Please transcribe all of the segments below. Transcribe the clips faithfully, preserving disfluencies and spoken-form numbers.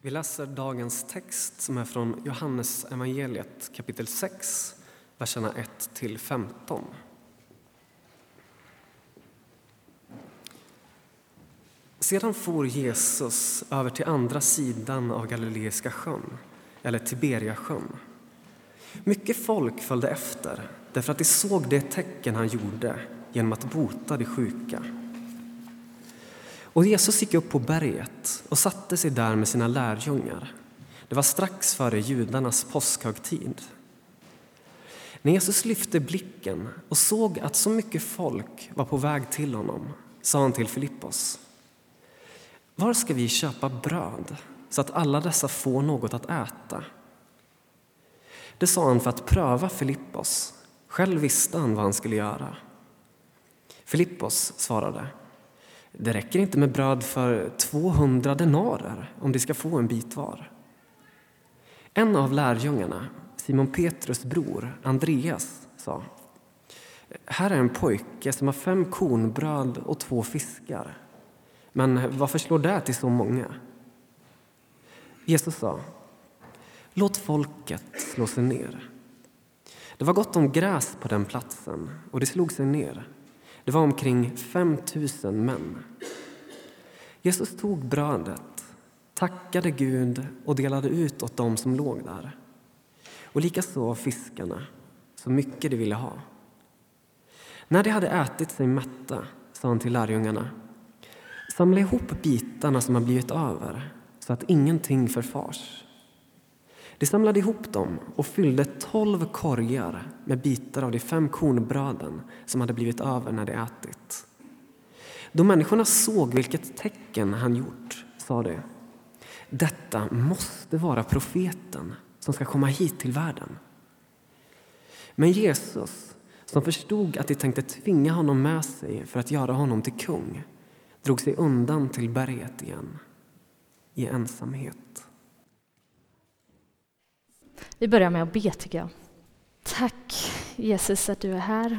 Vi läser dagens text som är från Johannes evangeliet kapitel sex, verserna ett till femton. Sedan for Jesus över till andra sidan av Galileiska sjön, eller Tiberiasjön. Mycket folk följde efter, därför att de såg det tecken han gjorde genom att bota de sjuka. Och Jesus gick upp på berget och satte sig där med sina lärjungar. Det var strax före judarnas påskhögtid. När Jesus lyfte blicken och såg att så mycket folk var på väg till honom, sa han till Filippos: var ska vi köpa bröd så att alla dessa får något att äta? Det sa han för att pröva Filippos. Själv visste han vad han skulle göra. Filippos svarade: det räcker inte med bröd för tvåhundra denarer om de ska få en bit var. En av lärjungarna, Simon Petrus bror, Andreas, sa: här är en pojke som har fem kornbröd och två fiskar. Men varför slår det till så många? Jesus sa: låt folket slå sig ner. Det var gott om gräs på den platsen, och det slog sig ner. Det var omkring fem tusen män. Jesus tog brödet, tackade Gud och delade ut åt dem som låg där. Och likaså fiskarna, så mycket de ville ha. När de hade ätit sig mätta, sa han till lärjungarna: samla ihop bitarna som har blivit över, så att ingenting förfars. De samlade ihop dem och fyllde tolv korgar med bitar av de fem kornbröden som hade blivit över när de ätit. Då människorna såg vilket tecken han gjort, sa de: detta måste vara profeten som ska komma hit till världen. Men Jesus, som förstod att de tänkte tvinga honom med sig för att göra honom till kung, drog sig undan till berget igen i ensamhet. Vi börjar med att be, tycker jag. Tack Jesus att du är här.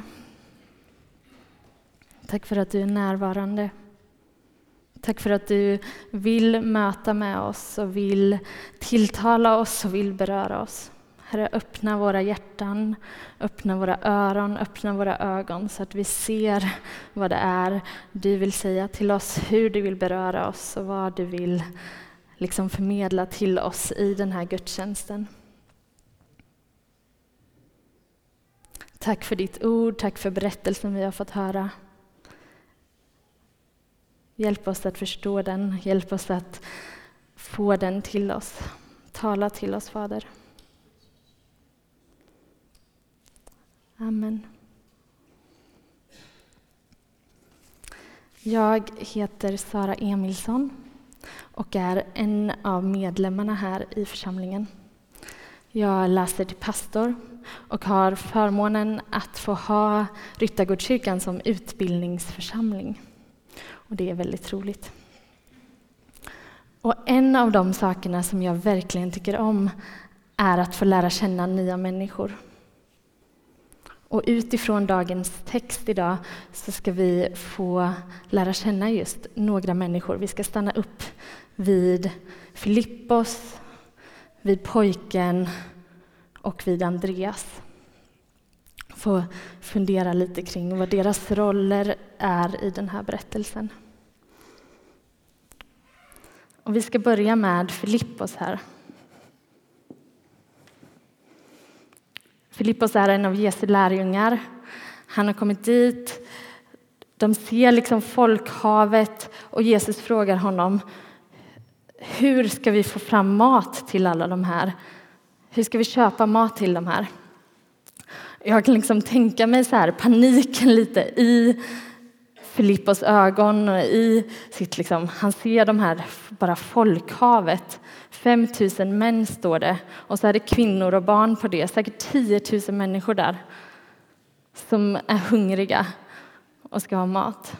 Tack för att du är närvarande. Tack för att du vill möta med oss och vill tilltala oss och vill beröra oss. Herre, öppna våra hjärtan, öppna våra öron, öppna våra ögon så att vi ser vad det är du vill säga till oss, hur du vill beröra oss och vad du vill liksom förmedla till oss i den här gudstjänsten. Tack för ditt ord, tack för berättelsen vi har fått höra. Hjälp oss att förstå den, hjälp oss att få den till oss. Tala till oss, Fader. Amen. Jag heter Sara Emilsson och är en av medlemmarna här i församlingen. Jag läser till pastor och har förmånen att få ha Ryttargårdskyrkan som utbildningsförsamling. Och det är väldigt roligt. Och en av de sakerna som jag verkligen tycker om är att få lära känna nya människor. Och utifrån dagens text idag så ska vi få lära känna just några människor. Vi ska stanna upp vid Filippos, vid pojken och vid Andreas. Få fundera lite kring vad deras roller är i den här berättelsen. Och vi ska börja med Filippos här. Filippos är en av Jesu lärjungar. Han har kommit dit. De ser liksom folkhavet och Jesus frågar honom: hur ska vi få fram mat till alla de här? Hur ska vi köpa mat till de här? Jag kan liksom tänka mig så här paniken lite i Filippos ögon och i sitt liksom, han ser de här bara folkhavet. fem tusen män står det och så är det kvinnor och barn på det. Säkert tio tusen människor där som är hungriga och ska ha mat.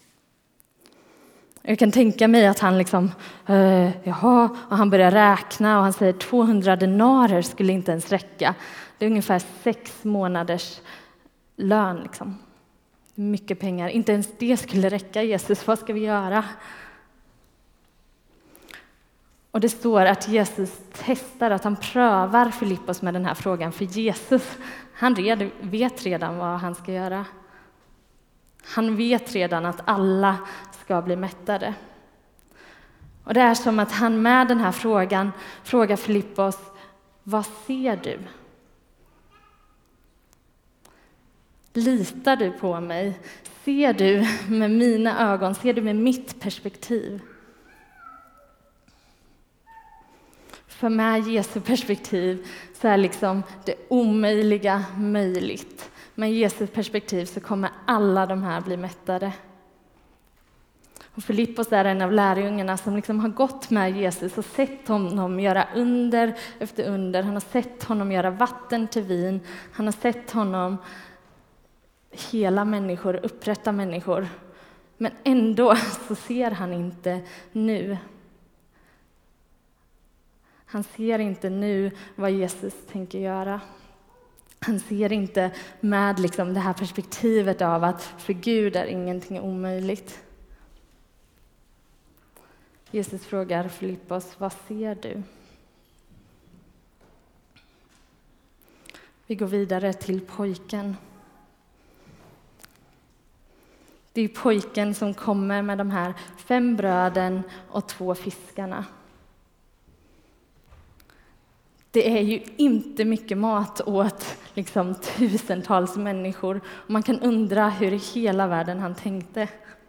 Jag kan tänka mig att han liksom, uh, jaha, och han börjar räkna och han säger tvåhundra denarer skulle inte ens räcka. Det är ungefär sex månaders lön liksom. Mycket pengar. Inte ens det skulle räcka. Jesus, vad ska vi göra? Och det står att Jesus testar, att han prövar Filippos med den här frågan. För Jesus, han red, vet redan vad han ska göra. Han vet redan att alla ska bli mättade. Och det är som att han med den här frågan frågar Filippos, vad ser du? Litar du på mig? Ser du med mina ögon? Ser du med mitt perspektiv? För med Jesu perspektiv så är liksom det omöjliga möjligt. Med Jesu perspektiv så kommer alla de här bli mättade. Och Filippos är en av lärjungarna som liksom har gått med Jesus och sett honom göra under efter under. Han har sett honom göra vatten till vin. Han har sett honom hela människor, upprätta människor. Men ändå så ser han inte nu. Han ser inte nu vad Jesus tänker göra. Han ser inte med liksom det här perspektivet av att för Gud är ingenting omöjligt. Jesus frågar Filippos, vad ser du? Vi går vidare till pojken. Det är pojken som kommer med de här fem bröden och två fiskarna. Det är ju inte mycket mat åt liksom tusentals människor. Och man kan undra hur i hela världen han tänkte.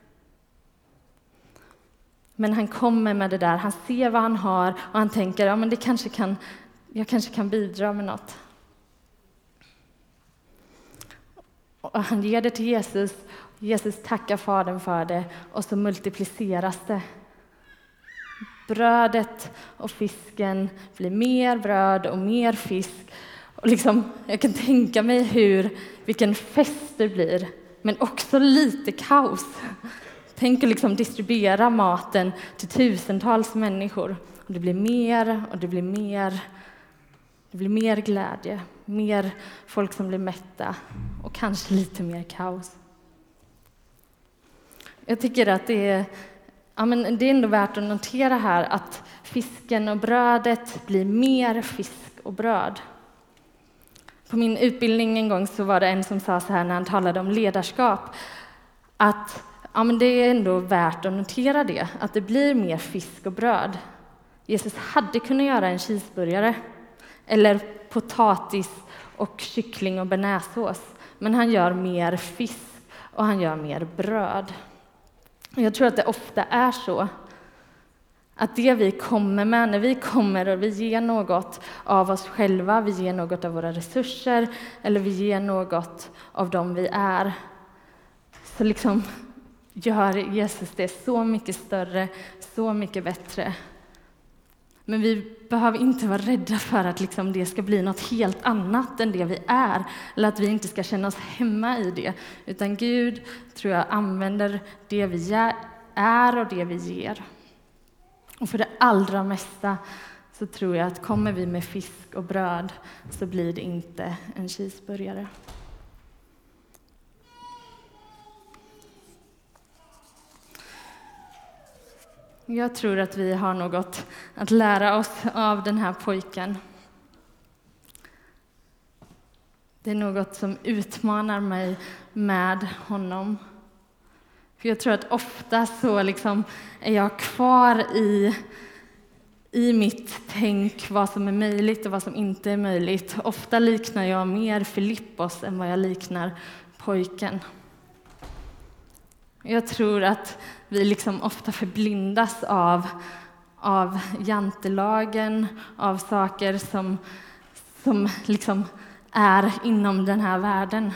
Men han kommer med det där, han ser vad han har och han tänker, ja men det kanske kan, jag kanske kan bidra med något. Och han ger det till Jesus, Jesus tackar Fadern för det och så multipliceras det. Brödet och fisken blir mer bröd och mer fisk. Och liksom, jag kan tänka mig hur, vilken fest det blir, men också lite kaos. Tänk att liksom distribuera maten till tusentals människor. Och det blir mer och det blir mer. Det blir mer glädje, mer folk som blir mätta och kanske lite mer kaos. Jag tycker att det är, ja men det är ändå värt att notera här att fisken och brödet blir mer fisk och bröd. På min utbildning en gång så var det en som sa så här när han talade om ledarskap att ja, men det är ändå värt att notera det, att det blir mer fisk och bröd. Jesus hade kunnat göra en cheeseburgare eller potatis och kyckling och bearnaisesås, men han gör mer fisk och han gör mer bröd. Jag tror att det ofta är så att det vi kommer med, när vi kommer och vi ger något av oss själva, vi ger något av våra resurser eller vi ger något av dem vi är, så liksom gör Jesus det så mycket större, så mycket bättre. Men vi behöver inte vara rädda för att liksom det ska bli något helt annat än det vi är, eller att vi inte ska känna oss hemma i det. Utan Gud, tror jag, använder det vi är och det vi ger. Och för det allra mesta så tror jag att kommer vi med fisk och bröd så blir det inte en cheeseburgare. Jag tror att vi har något att lära oss av den här pojken. Det är något som utmanar mig med honom. För jag tror att ofta så liksom är jag kvar i, i mitt tänk vad som är möjligt och vad som inte är möjligt. Ofta liknar jag mer Filippos än vad jag liknar pojken. Jag tror att vi liksom ofta förblindas av, av jantelagen, av saker som, som liksom är inom den här världen.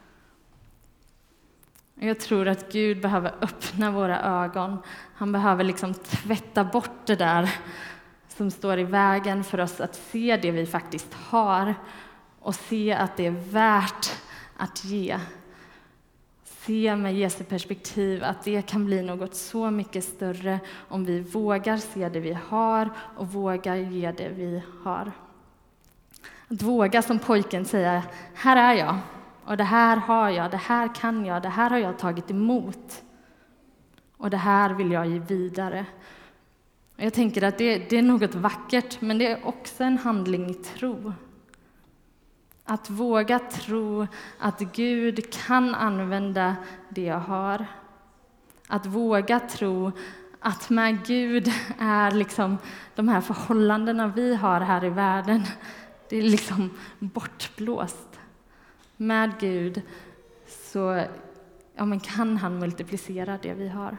Jag tror att Gud behöver öppna våra ögon. Han behöver liksom tvätta bort det där som står i vägen för oss att se det vi faktiskt har och se att det är värt att ge. Se med Jesu perspektiv att det kan bli något så mycket större om vi vågar se det vi har och vågar ge det vi har. Att våga som pojken säga, här är jag och det här har jag, det här kan jag, det här har jag tagit emot och det här vill jag ge vidare. Och jag tänker att det, det är något vackert, men det är också en handling i tro. Att våga tro att Gud kan använda det jag har. Att våga tro att med Gud är liksom de här förhållandena vi har här i världen, det är liksom bortblåst. Med Gud så ja, men kan han multiplicera det vi har.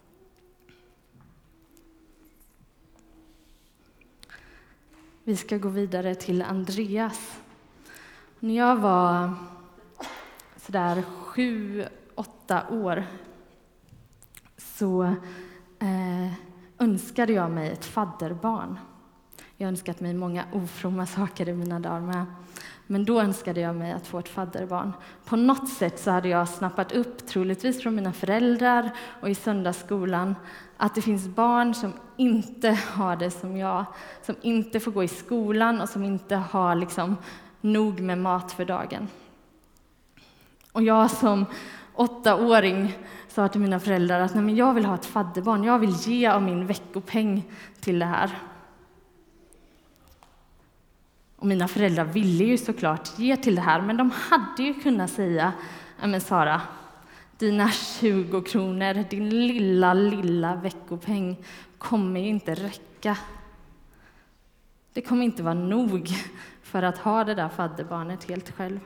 Vi ska gå vidare till Andreas. När jag var sådär sju, åtta år så eh, önskade jag mig ett fadderbarn. Jag önskat mig många ofromma saker i mina dagar med. Men då önskade jag mig att få ett fadderbarn. På något sätt så hade jag snappat upp, troligtvis från mina föräldrar och i söndagsskolan, att det finns barn som inte har det som jag, som inte får gå i skolan och som inte har liksom nog med mat för dagen. Och jag som åttaåring sa till mina föräldrar att nej, men jag vill ha ett fadderbarn, jag vill ge av min veckopeng till det här. Och mina föräldrar ville ju såklart ge till det här, men de hade ju kunnat säga, men Sara, dina tjugo kronor, din lilla, lilla veckopeng kommer ju inte räcka. Det kommer inte vara nog för att ha det där fadderbarnet helt själv.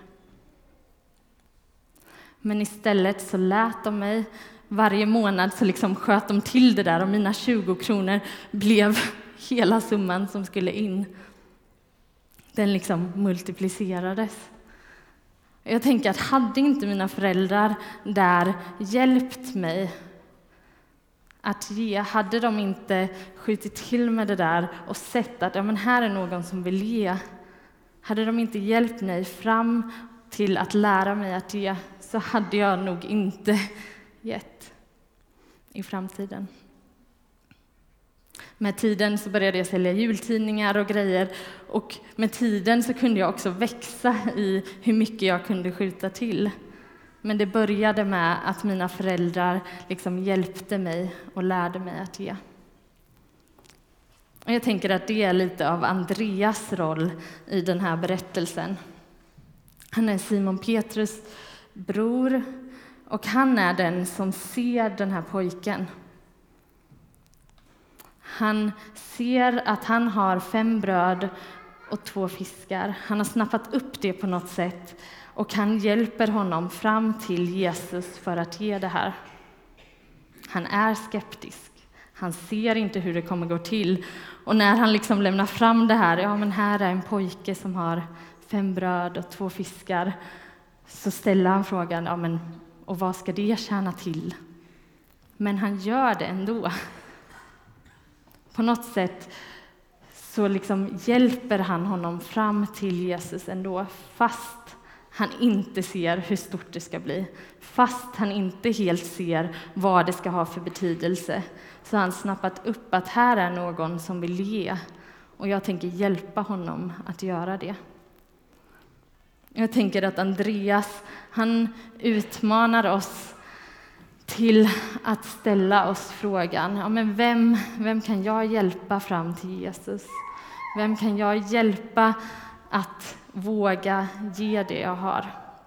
Men istället så lät de mig, varje månad så liksom sköt de till det där och mina tjugo kronor blev hela summan som skulle in. Den liksom multiplicerades. Jag tänker att hade inte mina föräldrar där hjälpt mig att ge, hade de inte skjutit till med det där och sett att ja, men här är någon som vill ge, hade de inte hjälpt mig fram till att lära mig att ge, så hade jag nog inte gett i framtiden. Med tiden så började jag sälja jultidningar och grejer, och med tiden så kunde jag också växa i hur mycket jag kunde skjuta till. Men det började med att mina föräldrar liksom hjälpte mig och lärde mig att ge. Och jag tänker att det är lite av Andreas roll i den här berättelsen. Han är Simon Petrus bror, och han är den som ser den här pojken. Han ser att han har fem bröd och två fiskar. Han har snappat upp det på något sätt, och han hjälper honom fram till Jesus för att ge det här. Han är skeptisk. Han ser inte hur det kommer gå till. Och när han liksom lämnar fram det här, ja men här är en pojke som har fem bröd och två fiskar, så ställer han frågan, ja men och vad ska det tjäna till? Men han gör det ändå. På något sätt så liksom hjälper han honom fram till Jesus ändå, fast han inte ser hur stort det ska bli. Fast han inte helt ser vad det ska ha för betydelse, så har han snappat upp att här är någon som vill ge, och jag tänker hjälpa honom att göra det. Jag tänker att Andreas, han utmanar oss till att ställa oss frågan, ja, men vem, vem kan jag hjälpa fram till Jesus? Vem kan jag hjälpa att våga ge det jag har?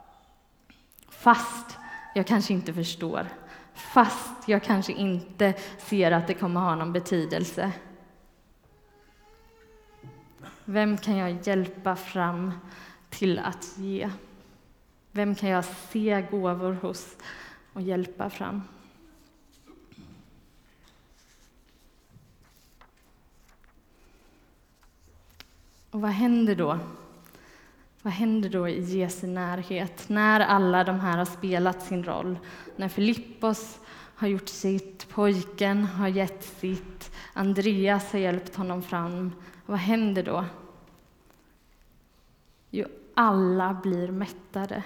Fast jag kanske inte förstår. Fast jag kanske inte ser att det kommer ha någon betydelse. Vem kan jag hjälpa fram till att ge? Vem kan jag se gåvor hos och hjälpa fram? Och vad händer då? Vad händer då i Jesu närhet när alla de här har spelat sin roll? När Filippos har gjort sitt, pojken har gett sitt, Andreas har hjälpt honom fram. Vad händer då? Jo, alla blir mättade.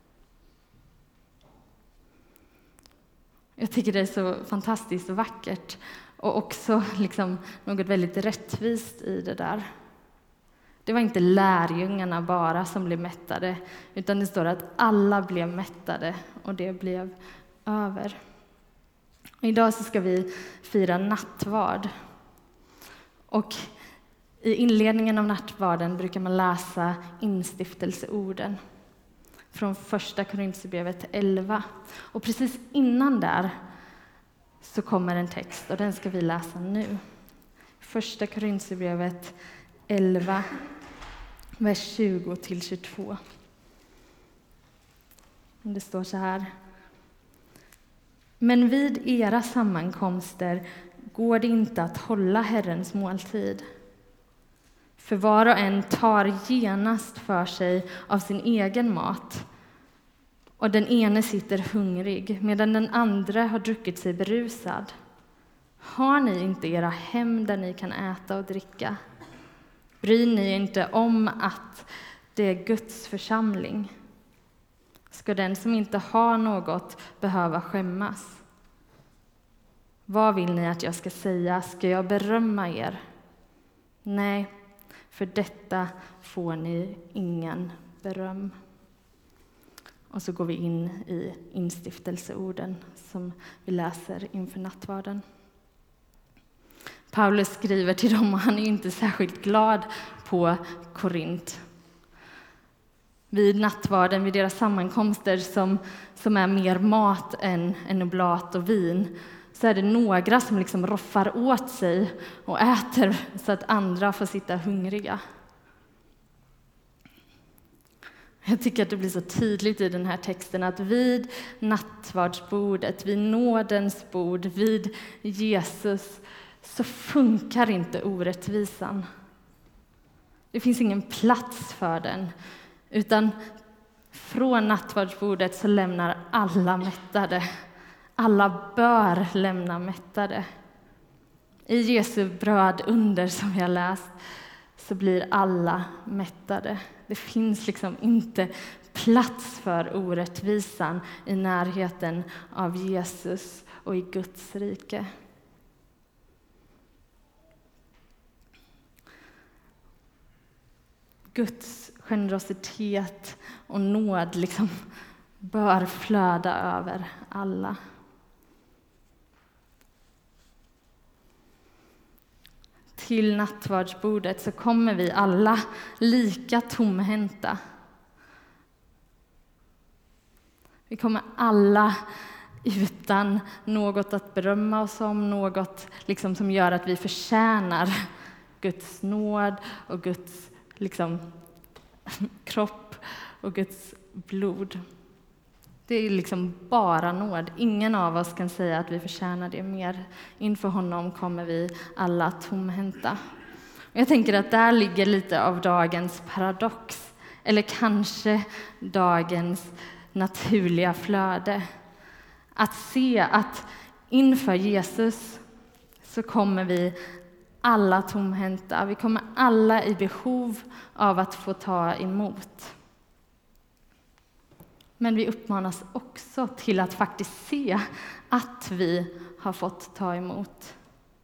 Jag tycker det är så fantastiskt och vackert, och också liksom något väldigt rättvist i det där. Det var inte lärjungarna bara som blev mättade, utan det står att alla blev mättade, och det blev över. Och idag så ska vi fira nattvard. Och i inledningen av nattvarden brukar man läsa instiftelseorden från första Korinthierbrevet elva. Och precis innan där så kommer en text, och den ska vi läsa nu. Första Korinthierbrevet elva, vers tjugo till tjugotvå. Det står så här: Men vid era sammankomster går det inte att hålla Herrens måltid. För var och en tar genast för sig av sin egen mat, och den ene sitter hungrig medan den andra har druckit sig berusad. Har ni inte era hem där ni kan äta och dricka? Bryr ni inte om att det är Guds församling? Ska den som inte har något behöva skämmas? Vad vill ni att jag ska säga? Ska jag berömma er? Nej, för detta får ni ingen beröm. Och så går vi in i instiftelseorden som vi läser inför nattvarden. Paulus skriver till dem, och han är inte särskilt glad på Korint. Vid nattvarden, vid deras sammankomster som, som är mer mat än, än oblat och vin, så är det några som liksom roffar åt sig och äter så att andra får sitta hungriga. Jag tycker att det blir så tydligt i den här texten att vid nattvardsbordet, vid nådens bord, vid Jesus, så funkar inte orättvisan. Det finns ingen plats för den, utan från nattvardsbordet så lämnar alla mättade. Alla bör lämna mättade. I Jesu brödunder som vi har läst så blir alla mättade. Det finns liksom inte plats för orättvisan i närheten av Jesus och i Guds rike. Guds generositet och nåd liksom bör flöda över alla. Till nattvardsbordet så kommer vi alla lika tomhänta. Vi kommer alla utan något att berömma oss om, något liksom som gör att vi förtjänar Guds nåd och Guds liksom, kropp och Guds blod. Det är liksom bara nåd. Ingen av oss kan säga att vi förtjänar det mer. Inför honom kommer vi alla tomhänta. Jag tänker att där ligger lite av dagens paradox. Eller kanske dagens naturliga flöde. Att se att inför Jesus så kommer vi alla tomhänta. Vi kommer alla i behov av att få ta emot. Men vi uppmanas också till att faktiskt se att vi har fått ta emot.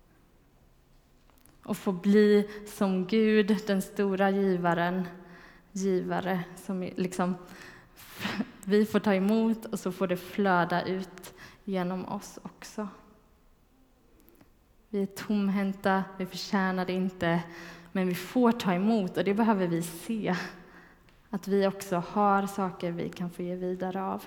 Och få bli som Gud, den stora givaren, givare som liksom vi får ta emot och så får det flöda ut genom oss också. Vi är tomhänta, vi förtjänar det inte, men vi får ta emot och det behöver vi se. Att vi också har saker vi kan få ge vidare av.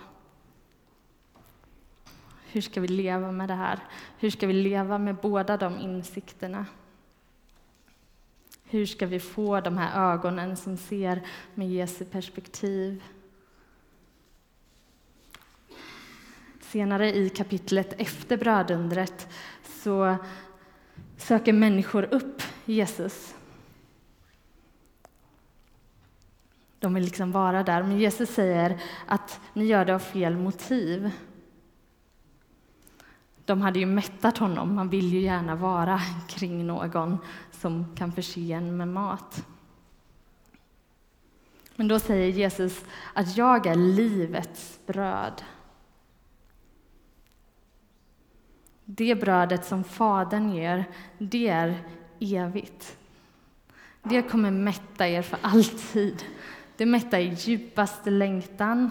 Hur ska vi leva med det här? Hur ska vi leva med båda de insikterna? Hur ska vi få de här ögonen som ser med Jesu perspektiv? Senare i kapitlet efter brödundret så söker människor upp Jesus. De vill liksom vara där, men Jesus säger att ni gör det av fel motiv. De hade ju mättat honom, man vill ju gärna vara kring någon som kan förse en med mat. Men då säger Jesus att jag är livets bröd. Det brödet som Fadern ger, det är evigt. Det kommer mätta er för alltid. Det mättar i djupaste längtan.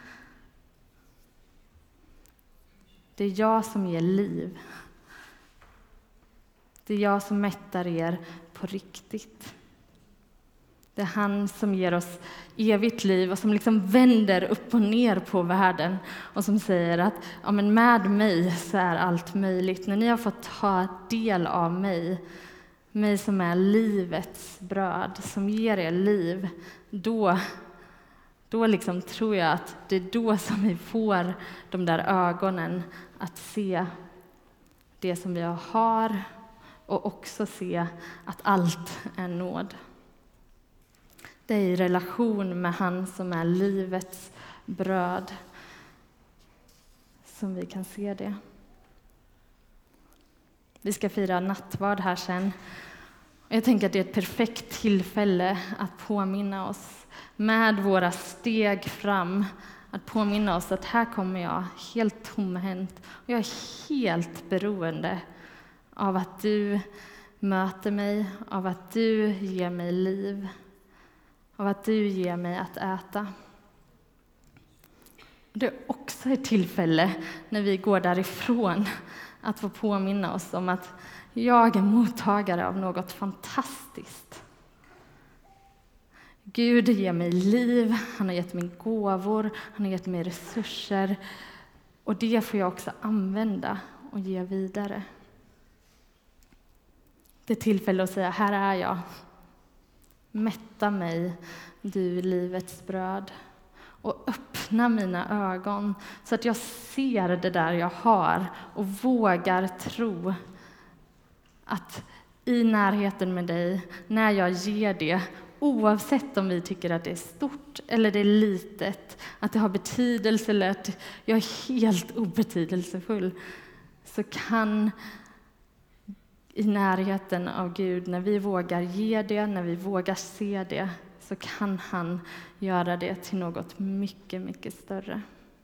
Det är jag som ger liv. Det är jag som mättar er på riktigt. Det är han som ger oss evigt liv och som liksom vänder upp och ner på världen och som säger att ja, men med mig så är allt möjligt. När ni har fått ta del av mig, mig som är livets bröd, som ger er liv, då, då liksom tror jag att det är då som vi får de där ögonen att se det som vi har och också se att allt är nåd. Det är i relation med han som är livets bröd som vi kan se det. Vi ska fira nattvard här sen. Jag tänker att det är ett perfekt tillfälle att påminna oss med våra steg fram. Att påminna oss att här kommer jag helt tomhänt. Och jag är helt beroende av att du möter mig, av att du ger mig liv. Av att du ger mig att äta. Det är också ett tillfälle när vi går därifrån att få påminna oss om att jag är mottagare av något fantastiskt. Gud ger mig liv, han har gett mig gåvor, han har gett mig resurser. Och det får jag också använda och ge vidare. Det är tillfälle att säga, här är jag. Mätta mig, du livets bröd, och öppna mina ögon så att jag ser det där jag har och vågar tro att i närheten med dig, när jag ger det, oavsett om vi tycker att det är stort eller det är litet, att det har betydelse eller att jag är helt obetydelsefull, så kan i närheten av Gud, när vi vågar ge det, när vi vågar se det, så kan han göra det till något mycket, mycket större.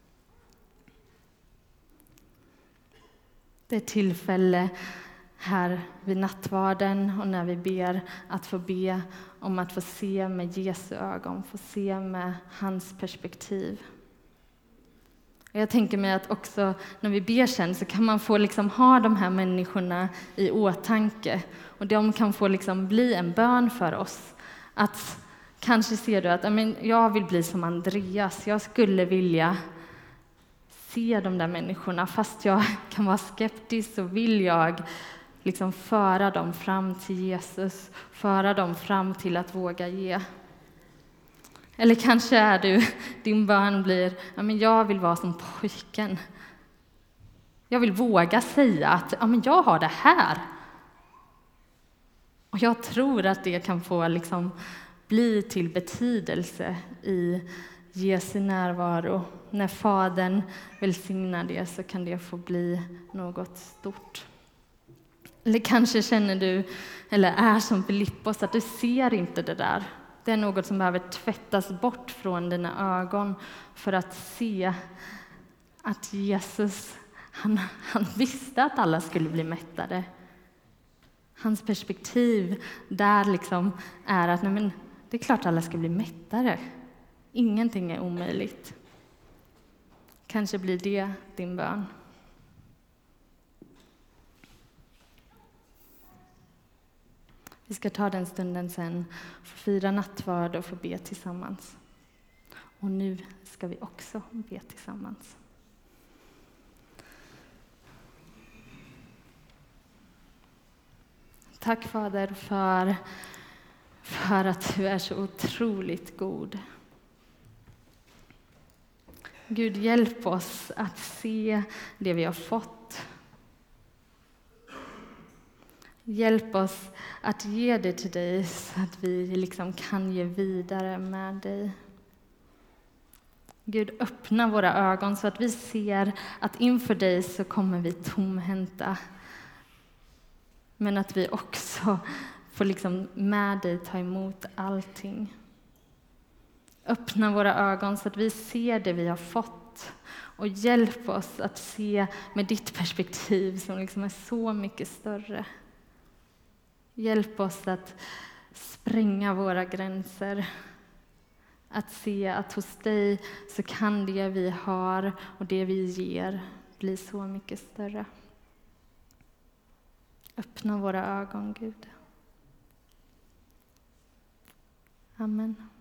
Det är tillfälle här vid nattvarden och när vi ber att få be om att få se med Jesu ögon, få se med hans perspektiv. Jag tänker mig att också när vi ber sen så kan man få liksom ha de här människorna i åtanke. Och de kan få liksom bli en bön för oss. Att kanske ser du att amen, jag vill bli som Andreas. Jag skulle vilja se de där människorna. Fast jag kan vara skeptisk så vill jag liksom föra dem fram till Jesus. Föra dem fram till att våga ge. Eller kanske är du, din bön blir, ja, men jag vill vara som pojken. Jag vill våga säga att ja, men jag har det här. Och jag tror att det kan få liksom bli till betydelse i Jesu närvaro. När Fadern välsignar det så kan det få bli något stort. Eller kanske känner du, eller är som Filippos, att du ser inte det där. Det är något som behöver tvättas bort från dina ögon för att se att Jesus, han, han visste att alla skulle bli mättade. Hans perspektiv där liksom är att nej men, det är klart att alla ska bli mättade. Ingenting är omöjligt. Kanske blir det din bön. Vi ska ta den stunden sen, få fira nattvard och få be tillsammans. Och nu ska vi också be tillsammans. Tack Fader för, för att du är så otroligt god. Gud, hjälp oss att se det vi har fått. Hjälp oss att ge det till dig så att vi liksom kan ge vidare med dig. Gud, öppna våra ögon så att vi ser att inför dig så kommer vi tomhänta. Men att vi också får liksom med dig ta emot allting. Öppna våra ögon så att vi ser det vi har fått. Och hjälp oss att se med ditt perspektiv som liksom är så mycket större. Hjälp oss att spränga våra gränser. Att se att hos dig så kan det vi har och det vi ger bli så mycket större. Öppna våra ögon, Gud. Amen.